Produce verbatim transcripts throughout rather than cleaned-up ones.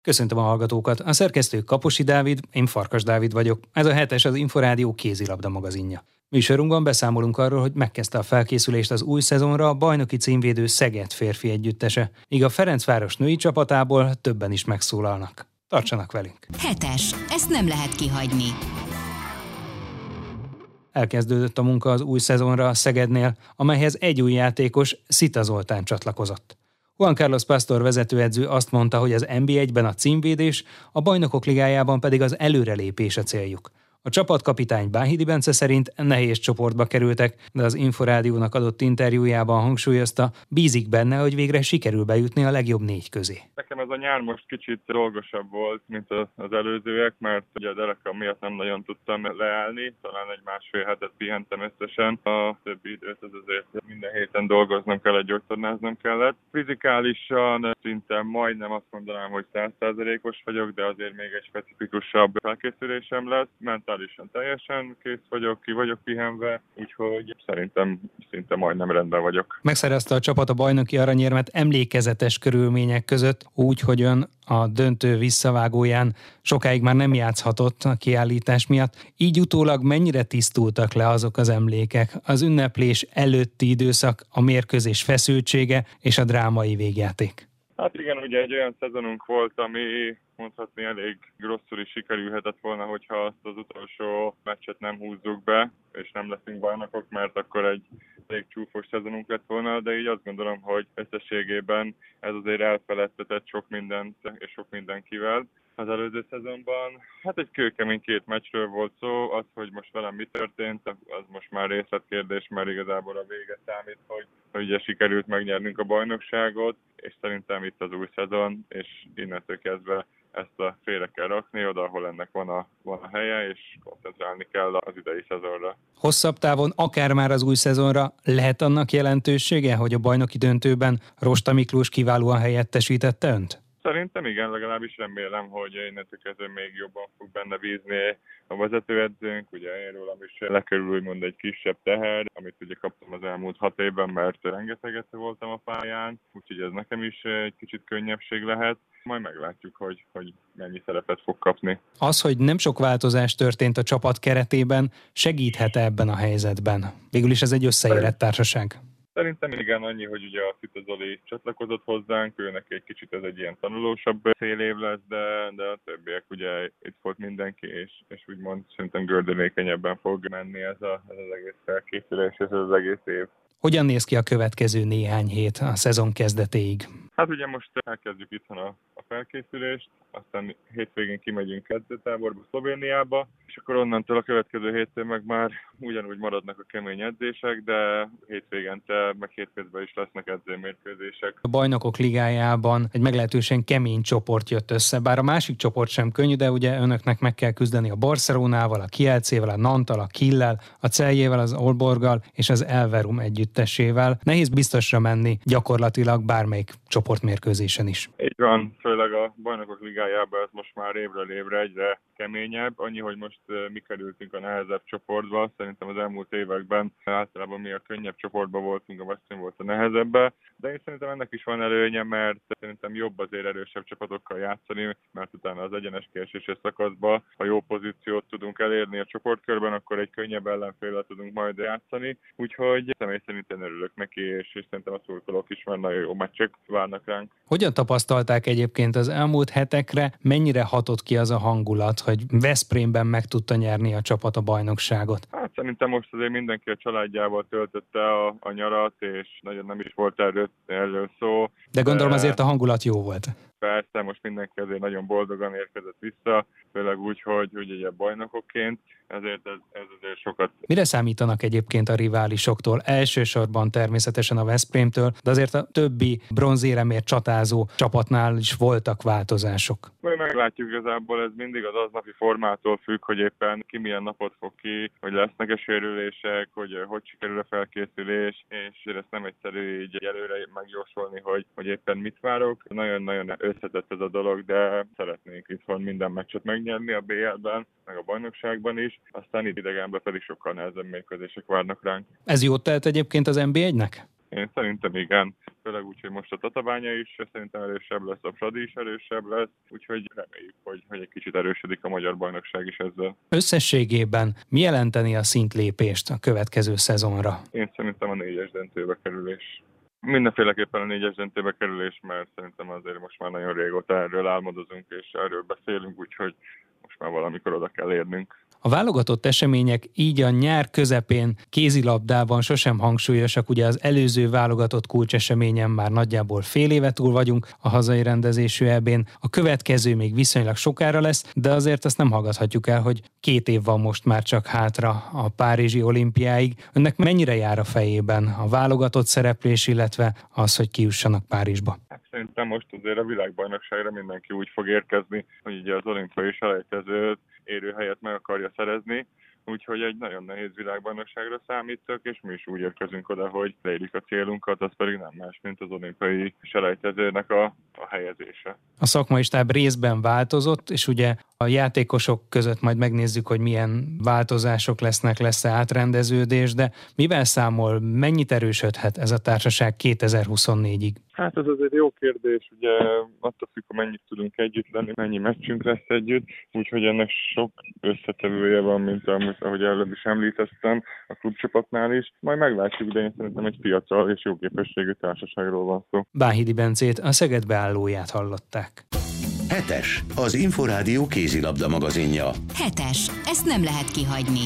Köszöntöm a hallgatókat, a szerkesztő Kaposi Dávid, én Farkas Dávid vagyok. Ez a hetes az Inforádió kézilabda magazinja. Műsorunkban beszámolunk arról, hogy megkezdte a felkészülést az új szezonra a bajnoki címvédő Szeged férfi együttese, míg a Ferencváros női csapatából többen is megszólalnak. Tartsanak velünk! Hetes, ezt nem lehet kihagyni. Elkezdődött a munka az új szezonra a Szegednél, amelyhez egy új játékos, Szita Zoltán csatlakozott. Juan Carlos Pastor vezetőedző azt mondta, hogy az en bé egyben a címvédés, a Bajnokok Ligájában pedig az előrelépés a céljuk. A csapatkapitány Bánhidi Bence szerint nehéz csoportba kerültek, de az Inforádiónak adott interjújában hangsúlyozta, bízik benne, hogy végre sikerül bejutni a legjobb négy közé. Nekem ez a nyár most kicsit dolgosabb volt, mint az előzőek, mert ugye a dereka miatt nem nagyon tudtam leállni, talán egy másfél hetet pihentem összesen. A többi időt az azért minden héten dolgoznom kellett, gyógytornáznom kellett. Fizikálisan szinte majdnem azt mondanám, hogy száz százalékos vagyok, de azért még egy specifikusabb felkészülésem lesz. Mentálisan teljesen kész vagyok, ki vagyok pihenve, úgyhogy szerintem szinte majdnem rendben vagyok. Megszerezte a csapat a bajnoki aranyérmet emlékezetes körülmények között, úgy, hogy ön a döntő visszavágóján sokáig már nem játszhatott a kiállítás miatt. Így utólag mennyire tisztultak le azok az emlékek, az ünneplés előtti időszak, a mérkőzés feszültsége és a drámai végjáték? Hát igen, ugye egy olyan szezonunk volt, ami mondhatni elég rosszul is sikerülhetett volna, hogyha azt az utolsó meccset nem húzzuk be, és nem leszünk bajnokok, mert akkor egy elég csúfos szezonunk lett volna, de így azt gondolom, hogy összességében ez azért elfeledtetett sok mindent és sok mindenkivel az előző szezonban. Hát egy kőkemény két meccsről volt szó, az, hogy most velem mi történt, az most már részletkérdés, mert igazából a vége számít, hogy, hogy ugye sikerült megnyernünk a bajnokságot, és szerintem itt az új szezon, és innentől kezdve ezt a félre kell rakni, oda, ahol ennek van a, van a helye, és koncentrálni kell az idei szezonra. Hosszabb távon, akár már az új szezonra lehet annak jelentősége, hogy a bajnoki döntőben Rosta Miklós kiválóan helyettesítette önt? Szerintem igen, legalábbis remélem, hogy innentől kezdve még jobban fog benne bízni a vezetőedzőnk. Ugye én rólam is lekerül úgymond egy kisebb teher, amit ugye kaptam az elmúlt hat évben, mert rengeteget voltam a pályán, úgyhogy ez nekem is egy kicsit könnyebbség lehet. Majd meglátjuk, hogy, hogy mennyi szerepet fog kapni. Az, hogy nem sok változás történt a csapat keretében, segíthet ebben a helyzetben? Végül is ez egy összeérett társaság. Szerintem igen, annyi, hogy ugye a Szita Zoli csatlakozott hozzánk, őnek egy kicsit ez egy ilyen tanulósabb fél év lesz, de, de a többiek ugye itt volt mindenki, és, és úgymond szerintem gördülékenyebben fog menni ez, a, ez az egész felkészülés, ez az egész év. Hogyan néz ki a következő néhány hét a szezon kezdetéig? Hát ugye most elkezdjük itthon a, a felkészülést, aztán hétvégén kimegyünk edzőtáborba, Szlovéniába, és akkor onnantól a következő héten meg már ugyanúgy maradnak a kemény edzések, de hétvégente, meg hétközben is lesznek edzőmérkőzések. A Bajnokok Ligájában egy meglehetősen kemény csoport jött össze, bár a másik csoport sem könnyű, de ugye önöknek meg kell küzdeni a Barcelonával, a Kielcével, a Nantal, a Killel, a Celjével, az Olborggal és az Elverum együttesével. Nehéz biztosra menni gyakorlatilag bármelyik csoportmérkőzésen is. Így van, főleg a Bajnokok Ligájában ez most már évről évre egyre keményebb. Annyi, hogy most mi kerültünk a nehezebb csoportba. Szerintem az elmúlt években általában mi a könnyebb csoportban voltunk, a West Ham volt a nehezebbe. De én szerintem ennek is van előnye, mert szerintem jobb azért erősebb csapatokkal játszani, mert utána az egyenes kieséses szakaszba, ha jó pozíciót tudunk elérni a csoportkörben, akkor egy könnyebb ellenféllel tudunk majd játszani. Úgyhogy személy szerint én örülök neki, és, és szerintem a szurkolók is már nagyon jó meccsek várnak ránk. Hogyan tapasztalták egyébként az elmúlt hetekre, mennyire hatott ki az a hangulat, hogy Veszprémben meg tudta nyerni a csapat a bajnokságot? Hát szerintem most azért mindenki a családjával töltötte a, a nyarat, és nagyon nem is volt erről, erről szó. De gondolom azért a hangulat jó volt. Persze, most mindenki azért nagyon boldogan érkezett vissza, főleg úgy, hogy ugye bajnokokként, ezért ez, ez azért sokat. Mire számítanak egyébként a riválisoktól? Elsősorban természetesen a Veszprémtől, de azért a többi bronzéremért csatázó csapatnál is voltak változások. Majd meglátjuk, igazából ez mindig az aznapi formától függ, hogy éppen ki milyen napot fog ki, hogy lesznek-e sérülések, hogy hogy sikerül a felkészülés, és ezt nem egyszerű így előre megjósolni, hogy, hogy éppen mit várok. Nagyon-nagyon összetett ez a dolog, de szeretnénk itthon minden meccset megnyerni a bé el-ben, meg a bajnokságban is, aztán idegenben pedig sokkal nehezebb mérkőzések várnak ránk. Ez jót tehet egyébként az en bé egynek? Én szerintem igen. Főleg úgy, hogy most a Tatabánya is szerintem erősebb lesz, a Fradi is erősebb lesz, úgyhogy reméljük, hogy, hogy egy kicsit erősödik a magyar bajnokság is ezzel. Összességében mi jelenteni a szintlépést a következő szezonra? Én szerintem a négyes döntőbe kerülés. Mindenféleképpen a négyes döntőbe kerülés, mert szerintem azért most már nagyon régóta erről álmodozunk és erről beszélünk, úgyhogy most már valamikor oda kell érnünk. A válogatott események így a nyár közepén kézilabdában sosem hangsúlyosak, ugye az előző válogatott kulcseseményen már nagyjából fél éve túl vagyunk a hazai rendezésű é bén, a következő még viszonylag sokára lesz, de azért azt nem hallgathatjuk el, hogy két év van most már csak hátra a párizsi olimpiáig. Önnek mennyire jár a fejében a válogatott szereplés, illetve az, hogy kijussanak Párizsba? Szerintem most azért a világbajnokságra mindenki úgy fog érkezni, hogy ugye az olimpiai selejtezőt érő helyet meg akarja szerezni, úgyhogy egy nagyon nehéz világbajnokságra számítok, és mi is úgy érkezünk oda, hogy leérjük a célunkat, az pedig nem más, mint az olimpiai selejtezőnek a, a helyezése. A szakmai stáb részben változott, és ugye a játékosok között majd megnézzük, hogy milyen változások lesznek, lesz-e átrendeződés, de mivel számol, mennyit erősödhet ez a társaság kétezer-huszonnégyig? Hát ez azért jó kérdés, ugye attól függ, hogy mennyit tudunk együtt lenni, mennyi meccsünk lesz együtt, úgyhogy ennek sok összetevője van, mint ahogy előbb is említettem, a klubcsapatnál is. Majd meglátjuk, de én szerintem egy fiatal és jó képességű társaságról van szó. Báhidi Bencét, a Szeged beállóját hallották. Hetes, az Inforádió kézilabda magazinja. Hetes, ezt nem lehet kihagyni.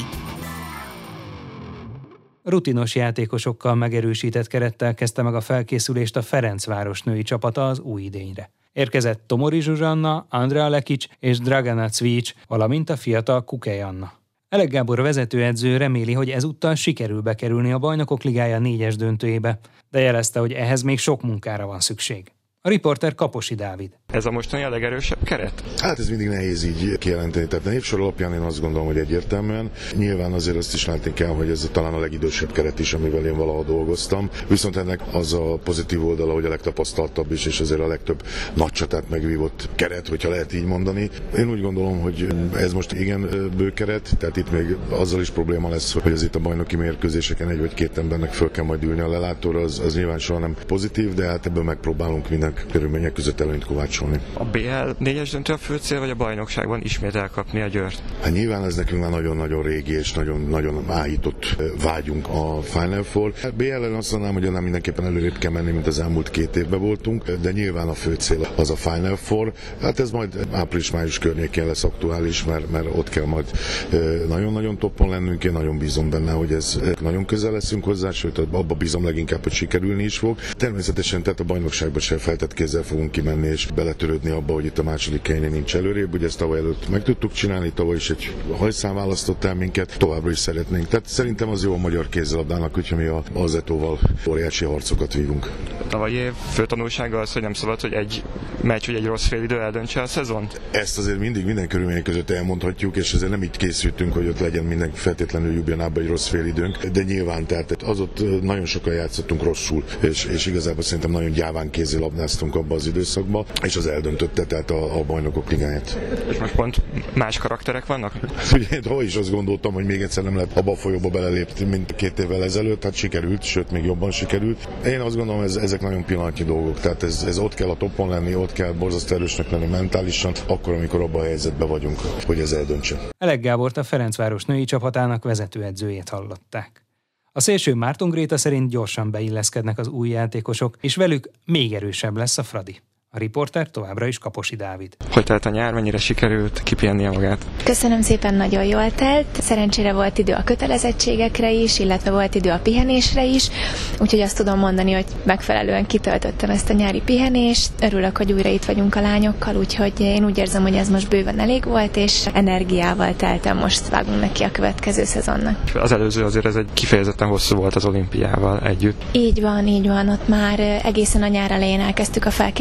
Rutinos játékosokkal megerősített kerettel kezdte meg a felkészülést a Ferencváros női csapata az új idényre. Érkezett Tomori Zsuzsanna, Andrea Lekic és Dragana Cvics, valamint a fiatal Kukej Anna. Elek Gábor vezetőedző reméli, hogy ezúttal sikerül bekerülni a Bajnokok Ligája négyes döntőjébe, de jelezte, hogy ehhez még sok munkára van szükség. A riporter Kaposi Dávid. Ez a mostani a legerősebb keret? Hát ez mindig nehéz így kijelenteni. Tehát a népsor alapján én azt gondolom, hogy egyértelműen. Nyilván azért azt is látni kell, hogy ez talán a legidősebb keret is, amivel én valaha dolgoztam. Viszont ennek az a pozitív oldala, hogy a legtapasztaltabb is, és azért a legtöbb nagy csatát megvívott keret, hogyha lehet így mondani. Én úgy gondolom, hogy ez most igen bő keret, tehát itt még azzal is probléma lesz, hogy az itt a bajnoki mérkőzéseken egy vagy két embernek föl kell majd ülni a lelátóra, az, az nyilván soha nem pozitív, de hát ebből megpróbálunk minden körülmények között előnyt kovácsolni. A bé el négyes döntő a fő cél, vagy a bajnokságban ismét elkapni a Győrt? Hát nyilván ez nekünk már nagyon-nagyon régi és nagyon-nagyon áhított vágyunk a Final Four. A bé el-en azt mondanám, hogy nem mindenképpen előrébb kell menni, mint az elmúlt két évben voltunk, de nyilván a fő cél az a Final Four. Hát ez majd április-május környékén lesz aktuális, mert, mert ott kell majd nagyon-nagyon toppon lennünk. Én nagyon bízom benne, hogy ez nagyon közel leszünk hozzá, sőt abba bízom leginkább, hogy sikerülni is fog. Természetesen tehát a bajnokságban sem feltett kézzel fogunk kimenni és beletörődni abba, hogy itt a második helynél nincs előrébb. Ugye ezt tavaly előtt meg tudtuk csinálni, tavaly is egy hajszám választott el minket, továbbra is szeretnénk. Tehát szerintem az jó a magyar kézilabdának, úgyhogy mi a Azetóval óriási harcokat vívunk. Tavalyi év fő tanulsága az, hogy nem szabad, hogy egy meccs vagy egy rossz félidő eldöntse a szezont? Ezt azért mindig minden körülmények között elmondhatjuk, és azért nem így készültünk, hogy ott legyen minden feltétlenül jubjanában egy rossz félidőnk, de nyilván tehát az ott nagyon sokan játszottunk rosszul, és, és igazából szerintem nagyon gyáván kézilabdáztunk abba az időszakba, és az eldöntötte tehát a, a bajnokok ligáját. És most pont más karakterek vannak? Ugye én tavaly is azt gondoltam, hogy még egyszer nem lehet abba a folyóba belelépni, mint két évvel ezelőtt, hát sikerült, sőt még jobban sikerült. Én azt gondolom, ez, ezek nagyon pillanatnyi dolgok, tehát ez, ez ott kell a toppon lenni, ott kell borzasztó erősnek lenni mentálisan, akkor, amikor abban a helyzetben vagyunk, hogy ez eldöntse. Elek Gábort, a Ferencváros női csapatának vezetőedzőjét hallották. A szélső Márton Gréta szerint gyorsan beilleszkednek az új játékosok, és velük még erősebb lesz a Fradi. A riporter továbbra is Kaposi Dávid. Hogy telt a nyár, mennyire sikerült kipihennie magát? Köszönöm szépen, nagyon jól telt. Szerencsére volt idő a kötelezettségekre is, illetve volt idő a pihenésre is, úgyhogy azt tudom mondani, hogy megfelelően kitöltöttem ezt a nyári pihenést. Örülök, hogy újra itt vagyunk a lányokkal, úgyhogy én úgy érzem, hogy ez most bőven elég volt, és energiával teltem, most vágunk neki a következő szezonnak. Az előző azért ez egy kifejezetten hosszú volt az olimpiával együtt. Így van, így van, ott már egészen a nyár elején elkezdtük a felkészülést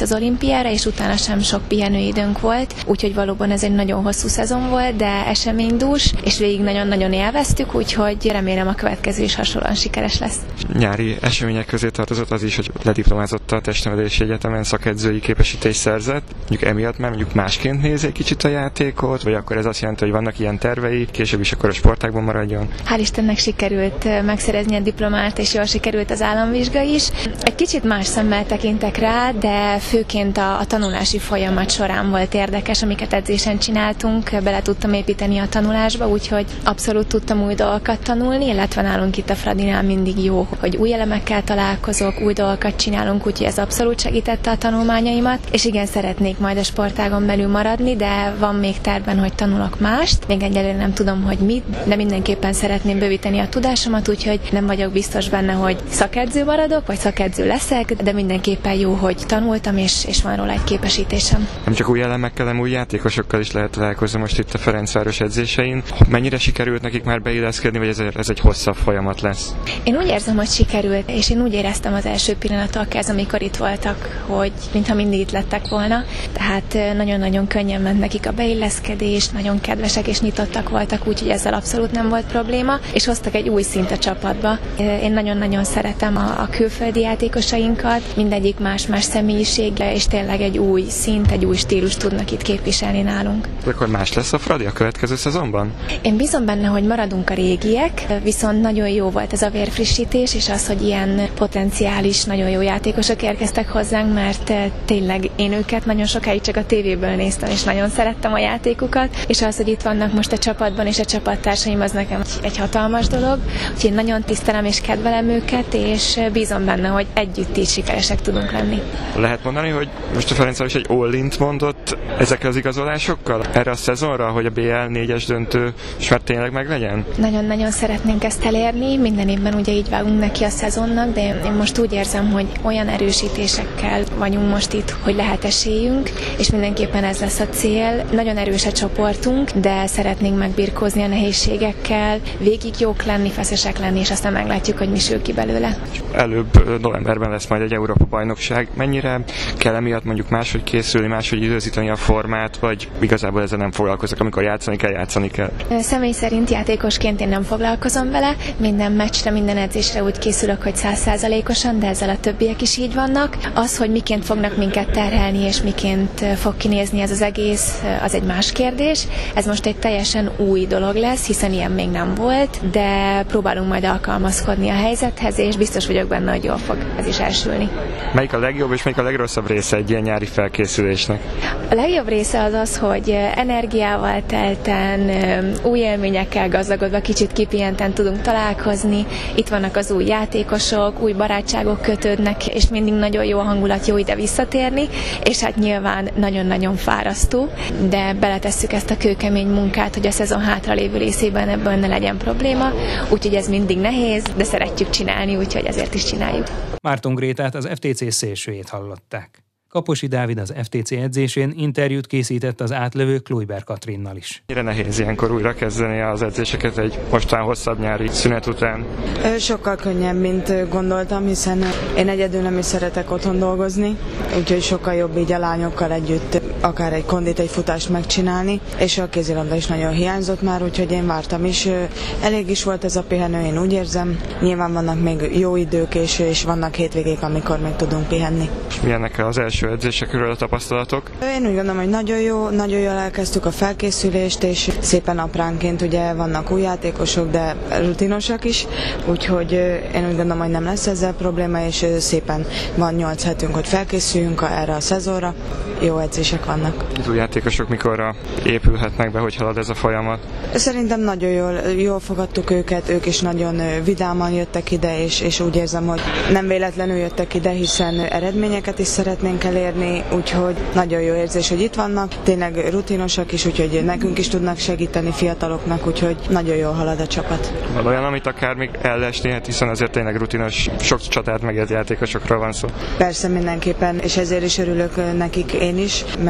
az olimpiára, és utána sem sok pihenőidőnk volt, úgyhogy valóban ez egy nagyon hosszú szezon volt, de eseménydús, és végig nagyon-nagyon élveztük, úgyhogy remélem a következő is hasonlóan sikeres lesz. Nyári események közé tartozott az is, hogy lediplomázott a Testnevelési Egyetemen, szakedzői képesítést szerzett. Mondjuk emiatt már mondjuk másként néz egy kicsit a játékot, vagy akkor ez azt jelenti, hogy vannak ilyen tervei, később is akkor a sportágban maradjon? Hál' Istennek sikerült megszerezni a diplomát, és jól sikerült az államvizsga is. Egy kicsit más szemmel tekintek rá, de főként a, a tanulási folyamat során volt érdekes, amiket edzésen csináltunk, bele tudtam építeni a tanulásba, úgyhogy abszolút tudtam új dolgokat tanulni, illetve nálunk itt a Fradinál mindig jó, hogy új elemekkel találkozok, új dolgokat csinálunk, úgyhogy ez abszolút segítette a tanulmányaimat, és igen, szeretnék majd a sportágon belül maradni, de van még tervben, hogy tanulok mást. Még egyelőre nem tudom, hogy mit, de mindenképpen szeretném bővíteni a tudásomat, úgyhogy nem vagyok biztos benne, hogy szakedző maradok, vagy szakedző leszek, de mindenképpen jó, hogy tanultam, és, és van róla egy képesítésem. Nem csak új elemekkel, hanem új játékosokkal is lehet találkozni most itt a Ferencváros edzésein. Mennyire sikerült nekik már beilleszkedni, vagy ez, ez egy hosszabb folyamat lesz? Én úgy érzem, hogy sikerült, és én úgy éreztem az első pillanattól kezdve, amikor itt voltak, hogy mintha mindig itt lettek volna. Tehát nagyon-nagyon könnyen ment nekik a beilleszkedés, nagyon kedvesek és nyitottak voltak, úgyhogy ezzel abszolút nem volt probléma, és hoztak egy új szint a csapatba. Én nagyon-nagyon szeretem a, a külföldi játékosainkat, mindegyik más-más személyiséggel, és tényleg egy új szint, egy új stílus tudnak itt képviselni nálunk. Akkor más lesz a Fradi a következő szezonban? Én bízom benne, hogy maradunk a régiek, viszont nagyon jó volt ez a vérfrissítés, és az, hogy ilyen potenciális, nagyon jó játékosok érkeztek hozzánk, mert tényleg én őket nagyon sokáig csak a tévéből néztem, és nagyon szerettem a játékukat, és az, hogy itt vannak most a csapatban, és a csapattársaim, az nekem egy hatalmas dolog, úgyhogy én nagyon tisztelem és kedvelem őket, és bízom benne, hogy együtt így sikeresek tudunk lenni. Lehet mondani, hogy most a Ferencváros egy all-int mondott ezekkel az igazolásokkal erre a szezonra, hogy a bé el négyes döntő és már tényleg meglegyen? Nagyon-nagyon szeretnénk ezt elérni, minden évben ugye így vágunk neki a szezonnak, de én most úgy érzem, hogy olyan erősítésekkel vagyunk most itt, hogy lehet esélyünk, és mindenképpen ez lesz a cél. Nagyon erős a csoportunk, de szeretnénk megbirkózni a nehézségekkel, végig jók lenni, feszesek lenni, és aztán meglátjuk, hogy mi sül ki belőle. Előbb novemberben lesz majd egy Európa-bajnokság. Mennyire kell emiatt mondjuk máshogy készülni, máshogy időzíteni a formát, vagy igazából ezzel nem foglalkozok, amikor játszani kell, játszani kell? Személy szerint játékosként én nem foglalkozom vele, minden meccsre, minden edzésre úgy készülök, hogy száz százalékosan, de ezzel a többiek is így vannak. Az, hogy miként fognak minket terhelni, és miként fog kinézni ez az egész, az egy más kérdés. Ez most egy teljesen új dolog lesz, hiszen ilyen még nem volt, de próbálunk majd alkalmazkodni a helyzethez, és biztos vagyok benne, hogy jól fog ez is elsülni. Melyik a legjobb és melyik a legrosszabb része egy ilyen nyári felkészülésnek? A legjobb része az az, hogy energiával telten, új élményekkel gazdagodva, kicsit kipihenten tudunk találkozni. Itt vannak az új játékosok, új barátságok kötődnek, és mindig nagyon jó a hangulat, jó ide visszatérni, és hát nyilván nagyon-nagyon fárasztó, de beletesszük ezt a kőkemény munkát, hogy a szezon hátralévő részében ebből ne legyen probléma, úgyhogy ez mindig nehéz, de szeretjük csinálni, úgyhogy ezért is csináljuk. Márton Grétát, az ef té cé szélsőjét hallották. Kaposi Dávid az ef té cé edzésén interjút készített az átlövő Kluiber Katrinnal is. Mire nehéz ilyenkor újra kezdeni az edzéseket egy mostán hosszabb nyári szünet után? Sokkal könnyebb, mint gondoltam, hiszen én egyedül nem is szeretek otthon dolgozni, úgyhogy sokkal jobb így a lányokkal együtt akár egy kondit, egy futást megcsinálni, és a kézilabda is nagyon hiányzott már, úgyhogy én vártam is. Elég is volt ez a pihenő, én úgy érzem. Nyilván vannak még jó idők, és, és vannak hétvégék, amikor még tudunk pihenni. És milyenek az első edzésekről a tapasztalatok? Én úgy gondolom, hogy nagyon jó, nagyon jól elkezdtük a felkészülést, és szépen apránként ugye vannak új játékosok, de rutinosak is, úgyhogy én úgy gondolom, hogy nem lesz ezzel probléma, és szépen van nyolc hetünk, hogy felkészüljünk erre a szezonra. Jó edzések vannak. Az új játékosok mikorra épülhetnek be, hogy halad ez a folyamat? Szerintem nagyon jól, jól fogadtuk őket, ők is nagyon vidáman jöttek ide, és, és úgy érzem, hogy nem véletlenül jöttek ide, hiszen eredményeket is szeretnénk elérni, úgyhogy nagyon jó érzés, hogy itt vannak. Tényleg rutinosak is, úgyhogy nekünk is tudnak segíteni fiataloknak, úgyhogy nagyon jól halad a csapat. Van olyan, amit akár még ellesnéhet, hiszen azért tényleg rutinos, sok csatát megért játékosokról van szó. Persze mindenképpen, és ezért is örülök nekik én is, mert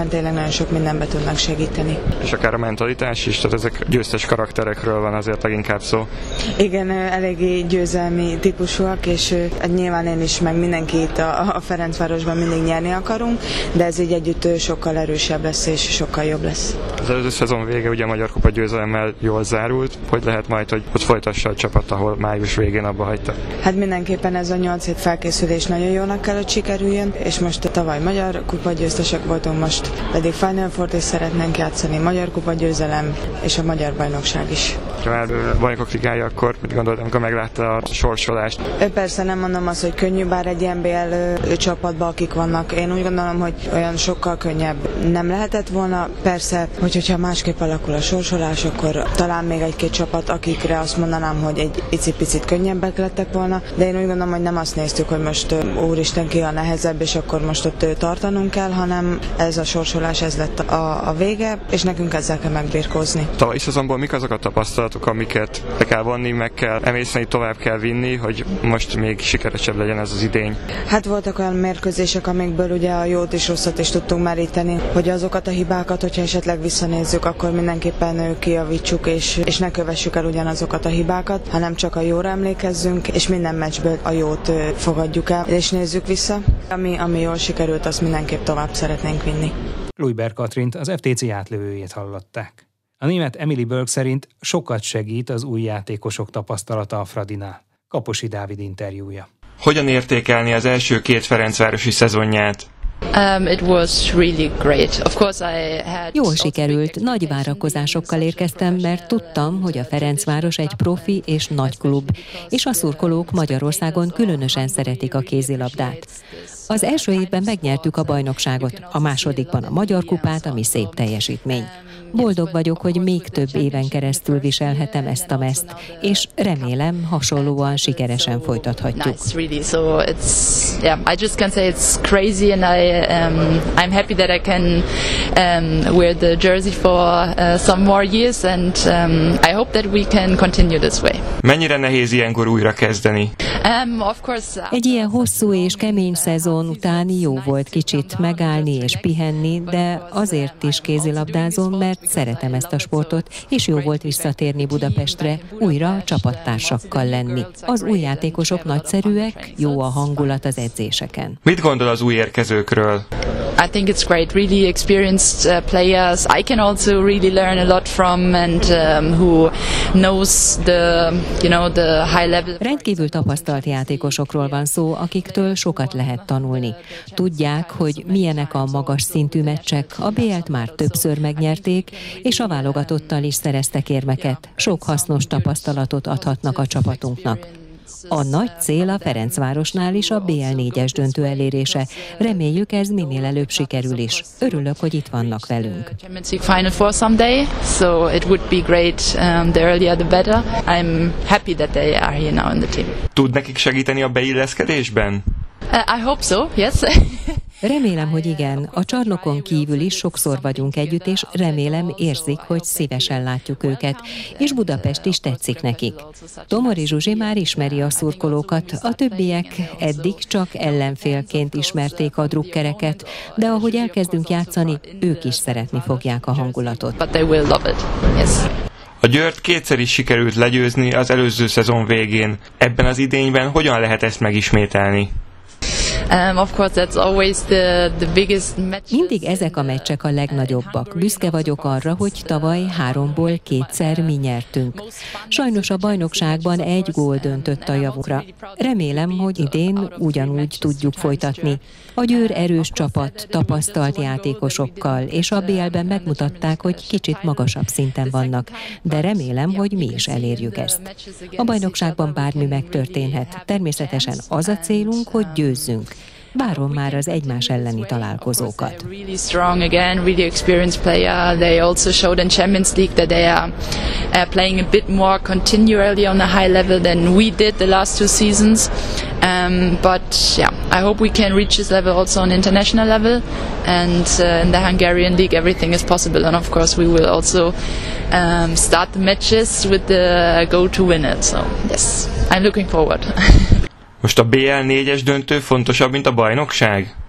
során tényleg nagyon sok mindenbe tudnak segíteni. És akár a mentalitás is, tehát ezek győztes karakterekről van azért leginkább szó. Igen, eléggé győzelmi típusúak, és nyilván én is, meg mindenki itt a, a Ferencvárosban mindig nyerni akarunk, de ez így együtt sokkal erősebb lesz, és sokkal jobb lesz. Az előző szezon vége ugye a Magyar Kupa győzelemmel jól zárult. Hogy lehet majd, hogy ott folytassa a csapat, ahol május végén abba hagyta? Hát mindenképpen ez a nyolc hét felkészülés nagyon jónak kell, hogy sikerüljön, és most tavaly Magyar Kupa győztesek voltunk, most pedig Final Fourt is szeretnénk játszani, Magyar Kupa győzelem és a Magyar Bajnokság is. Ha már Bajnokok Ligája, akkor mit gondoltam, amikor meglátta a sorsolást? Persze nem mondom azt, hogy könnyű, bár egy en bé el csapatban, akik vannak. Én úgy gondolom, hogy olyan sokkal könnyebb nem lehetett volna. Persze, hogy, hogyha másképp alakul a sorsolás, akkor talán még egy-két csapat, akikre azt mondanám, hogy egy icipicit könnyebbek lettek volna, de én úgy gondolom, hogy nem azt néztük, hogy most úristen ki a nehezebb, és akkor most ott tartanunk kell, hanem ez a sorsolás, ez lett a, a vége, és nekünk ezzel kell megbirkózni. Tavalyi szezonból mik azok a tapasztalatok, amiket le kell vonni, meg kell emészteni, tovább kell vinni, hogy most még sikeresebb legyen ez az idény? Hát voltak olyan mérkőzések, amikből ugye a jót és rosszat is tudtunk meríteni, hogy azokat a hibákat, hogyha esetleg visszanézzük, akkor mindenképpen kijavítsuk, és, és ne kövessük el ugyanazokat a hibákat, hanem csak a jóra emlékezzünk, és minden meccsből a jót fogadjuk el, és nézzük vissza. Ami, ami jól sikerült, azt mindenképp tovább szeretnénk vinni. Lujber Katrint, az ef té cé átlövőjét hallották. A német Emily Burke szerint sokat segít az új játékosok tapasztalata a Fradinál. Kaposi Dávid interjúja. Hogyan értékelni az első két ferencvárosi szezonját? Um, it was really great. Of course I had Jól sikerült, nagy várakozásokkal érkeztem, mert tudtam, hogy a Ferencváros egy profi és nagy klub, és a szurkolók Magyarországon különösen szeretik a kézilabdát. Az első évben megnyertük a bajnokságot, a másodikban a Magyar Kupát, ami szép teljesítmény. Boldog vagyok, hogy még több éven keresztül viselhetem ezt a mezt, és remélem hasonlóan sikeresen folytathatjuk. Nice, really. So it's yeah, I just can say it's crazy, and I um, I'm happy that I can um, wear the jersey for uh, some more years, and um, I hope that we can continue this way. Mennyire nehéz ilyenkor újra kezdeni? Um, of course. Egy ilyen hosszú és kemény szezon után jó volt kicsit megállni és pihenni, de azért is kézilabdázom, mert szeretem ezt a sportot, és jó volt visszatérni Budapestre, újra csapattársakkal lenni. Az új játékosok nagyszerűek, jó a hangulat az edzéseken. Mit gondol az új érkezőkről? I think it's great, really experienced uh, players. I can also really learn a lot from, and um, who knows the, you know, the high level. Rendkívül tapasztalt játékosokról van szó, akiktől sokat lehet tanulni. Tudják, hogy milyenek a magas szintű meccsek, a bé el-t már többször megnyerték, és a válogatottal is szereztek érmeket. Sok hasznos tapasztalatot adhatnak a csapatunknak. A nagy cél a Ferencvárosnál is a bé el négyes döntő elérése. Reméljük, ez minél előbb sikerül is. Örülök, hogy itt vannak velünk. Final Four someday, so it would be great. Um, the earlier the better. I'm happy that they are here now in the team. Tud nekik segíteni a beilleszkedésben? Uh, I hope so, yes. Remélem, hogy igen. A csarnokon kívül is sokszor vagyunk együtt, és remélem érzik, hogy szívesen látjuk őket, és Budapest is tetszik nekik. Tomori Zsuzsi már ismeri a szurkolókat, a többiek eddig csak ellenfélként ismerték a drukkereket, de ahogy elkezdünk játszani, ők is szeretni fogják a hangulatot. But they will love it. Yes. A Győrt kétszer is sikerült legyőzni az előző szezon végén. Ebben az idényben hogyan lehet ezt megismételni? Um, of course, that's always the, the biggest match. Mindig ezek a meccsek a legnagyobbak. Büszke vagyok arra, hogy tavaly háromból kétszer mi nyertünk. Sajnos a bajnokságban egy gól döntött a javunkra. Remélem, hogy idén ugyanúgy tudjuk folytatni. A Győr erős csapat, tapasztalt játékosokkal, és a bé el-ben megmutatták, hogy kicsit magasabb szinten vannak, de remélem, hogy mi is elérjük ezt. A bajnokságban bármi megtörténhet. Természetesen az a célunk, hogy győzzünk. Várom már az egymás elleni találkozókat. Really strong again, really experienced player. They also showed in Champions League that they are uh, playing a bit more continually on a high level than we did the last two seasons. Um, but yeah, I hope we can reach this level also on international level. And uh, in the Hungarian league, everything is possible. And of course, we will also um, start the matches with the goal to win it. So yes, I'm looking forward. Most a bé el négyes döntő fontosabb, mint a bajnokság?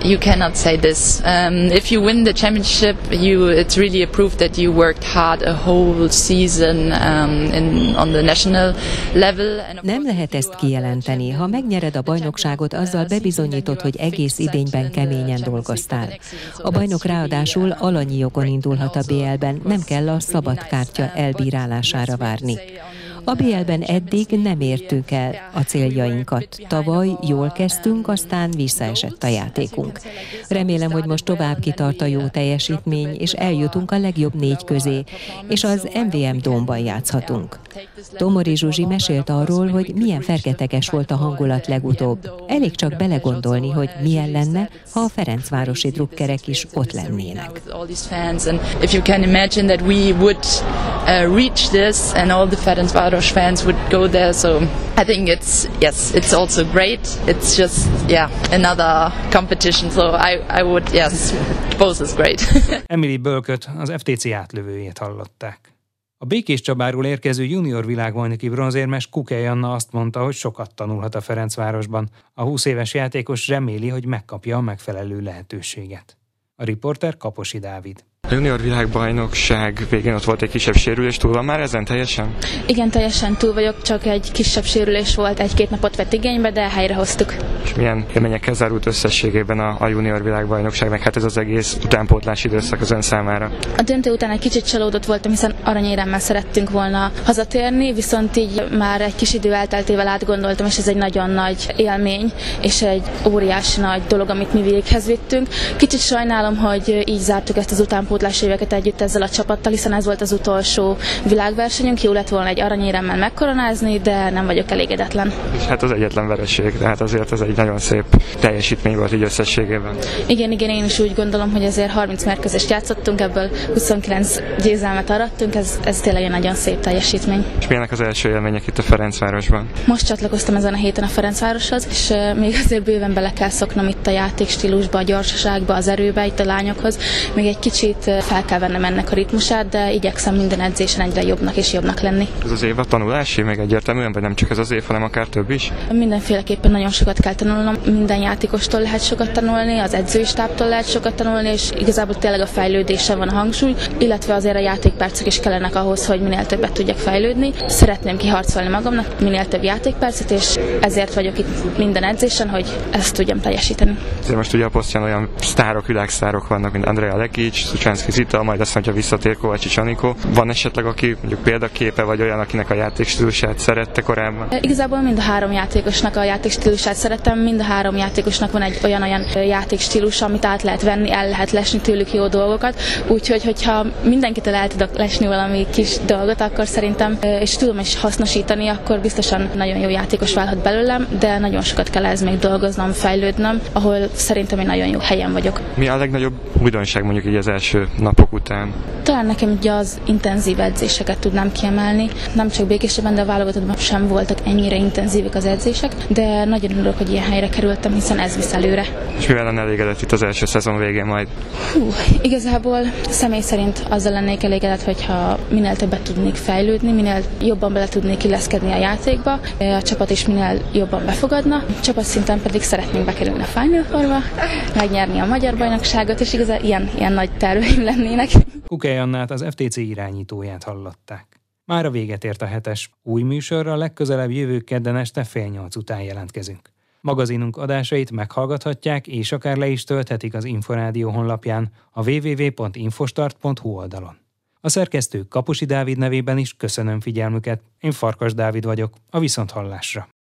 you cannot say this. Um, if you win the championship, you it's really a proof that you worked hard a whole season um, in, on the national level. Nem lehet ezt kijelenteni. Ha megnyered a bajnokságot, azzal bebizonyítod, hogy egész idényben keményen dolgoztál. A bajnok ráadásul alanyi jogon indulhat a bé el-ben, nem kell a szabad kártya elbírálására várni. A bé el-ben eddig nem értük el a céljainkat. Tavaly jól kezdtünk, aztán visszaesett a játékunk. Remélem, hogy most tovább kitart a jó teljesítmény, és eljutunk a legjobb négy közé, és az em vé em Dome-ban játszhatunk. Tomori Zsuzsi mesélt arról, hogy milyen fergeteges volt a hangulat legutóbb. Elég csak belegondolni, hogy milyen lenne, ha a ferencvárosi drukkerek is ott lennének. If you can imagine that we would uh, reach this and all the Ferencváros fans would go there, so I think it's yes, it's also great. It's just yeah, another competition, so I I would yes, both is great. Emily Bölköt, az ef té cé átlövőjét hallották. A Békéscsabáról érkező junior világbajnoki bronzérmes Kukej Anna azt mondta, hogy sokat tanulhat a Ferencvárosban. A húsz éves játékos reméli, hogy megkapja a megfelelő lehetőséget. A riporter Kaposi Dávid. A junior világbajnokság végén ott volt egy kisebb sérülés, túl van már ezen teljesen? Igen, teljesen túl vagyok, csak egy kisebb sérülés volt, egy-két napot vett igénybe, de helyrehoztuk. És milyen élményekkel zárult összességében a, a junior világbajnokság, meg hát ez az egész utánpótlás időszak az ön számára? A döntő után egy kicsit csalódott voltam, hiszen aranyéremmel szerettünk volna hazatérni, viszont így már egy kis idő elteltével átgondoltam, és ez egy nagyon nagy élmény, és egy óriási nagy dolog, amit mi véghez vittünk. Kicsit sajnálom, hogy így zártuk ezt az utánpótlást éveket együtt ezzel a csapattal, hiszen ez volt az utolsó világversenyünk, jó lett volna egy aranyéremmel megkoronázni, de nem vagyok elégedetlen. És hát az egyetlen vereség, tehát azért ez egy nagyon szép teljesítmény volt így összességében. Igen, igen, én is úgy gondolom, hogy ezért harminc mérkőzést játszottunk, ebből huszonkilenc győzelmet arattunk, ez, ez tényleg egy nagyon szép teljesítmény. És milyenek az első élmények itt a Ferencvárosban? Most csatlakoztam ezen a héten a Ferencvároshoz, és uh, még azért bőven bele kell szoknom itt a játékstílusba, a gyorsaságba, az erőbe, itt a lányokhoz. Még egy kicsit fel kell vennem ennek a ritmusát, de igyekszem minden edzésen egyre jobbnak és jobbnak lenni. Ez az év a tanulási, még egyértelműen, vagy nem csak ez az év, hanem akár több is? Mindenféleképpen nagyon sokat kell tanulnom, minden játékostól lehet sokat tanulni, az edzői stábtól lehet sokat tanulni, és igazából tényleg a fejlődésen van a hangsúly, illetve azért a játékpercek is kellenek ahhoz, hogy minél többet tudjak fejlődni. Szeretném kiharcolni magamnak minél több játékpercet, és ezért vagyok itt minden edzésen, hogy ezt tudjam teljesíteni. Azért most ugye a posztján olyan sztárok, világsztárok vannak, mint Andrea Lekic, Szucsánszki Zita, majd azt mondja, visszatér Kovácsi Anikó. Van esetleg, aki mondjuk példaképe, vagy olyan, akinek a játékstílusát szerette korábban? E, igazából mind a három játékosnak a játékstílusát szeretem, mind a három játékosnak van egy olyan-olyan játékstílus, amit át lehet venni, el lehet lesni tőlük jó dolgokat, úgyhogy hogyha mindenkitől el tudok lesni valami kis dolgot, akkor szerintem, és tudom is hasznosítani, akkor biztosan nagyon jó játékos válhat belőlem, de nagyon sokat kell ez még dolgoznom, fejlődnöm, ahol szerintem én nagyon jó helyen vagyok. Mi a legnagyobb újdonság mondjuk így az első napok után? Talán nekem ugye az intenzív edzéseket tudnám kiemelni. Nem csak Békésben, de a válogatottban sem voltak ennyire intenzívek az edzések, de nagyon örülök, hogy ilyen helyre kerültem, hiszen ez visz előre. És mivel lenne elégedett itt az első szezon végén majd? Hú, igazából személy szerint azzal lennék elégedett, hogyha minél többet tudnék fejlődni, minél jobban bele tudnék illeszkedni a játékba, a csapat is minél jobban befogadna. A csapat szinten pedig szeretnénk bekerülni a Final Fourba, megnyerni a magyar bajnokságot, és igazán ilyen, ilyen nagy terveim lennének. Kukej Annát, az ef té cé irányítóját hallották. Mára véget ért a hetes. Új műsorra legközelebb jövő kedden este fél nyolc után jelentkezünk. Magazinunk adásait meghallgathatják, és akár le is tölthetik az Inforádió honlapján, a double-u double-u double-u pont infostart pont hu oldalon. A szerkesztő Kaposi Dávid nevében is köszönöm figyelmüket. Én Farkas Dávid vagyok, a viszonthallásra.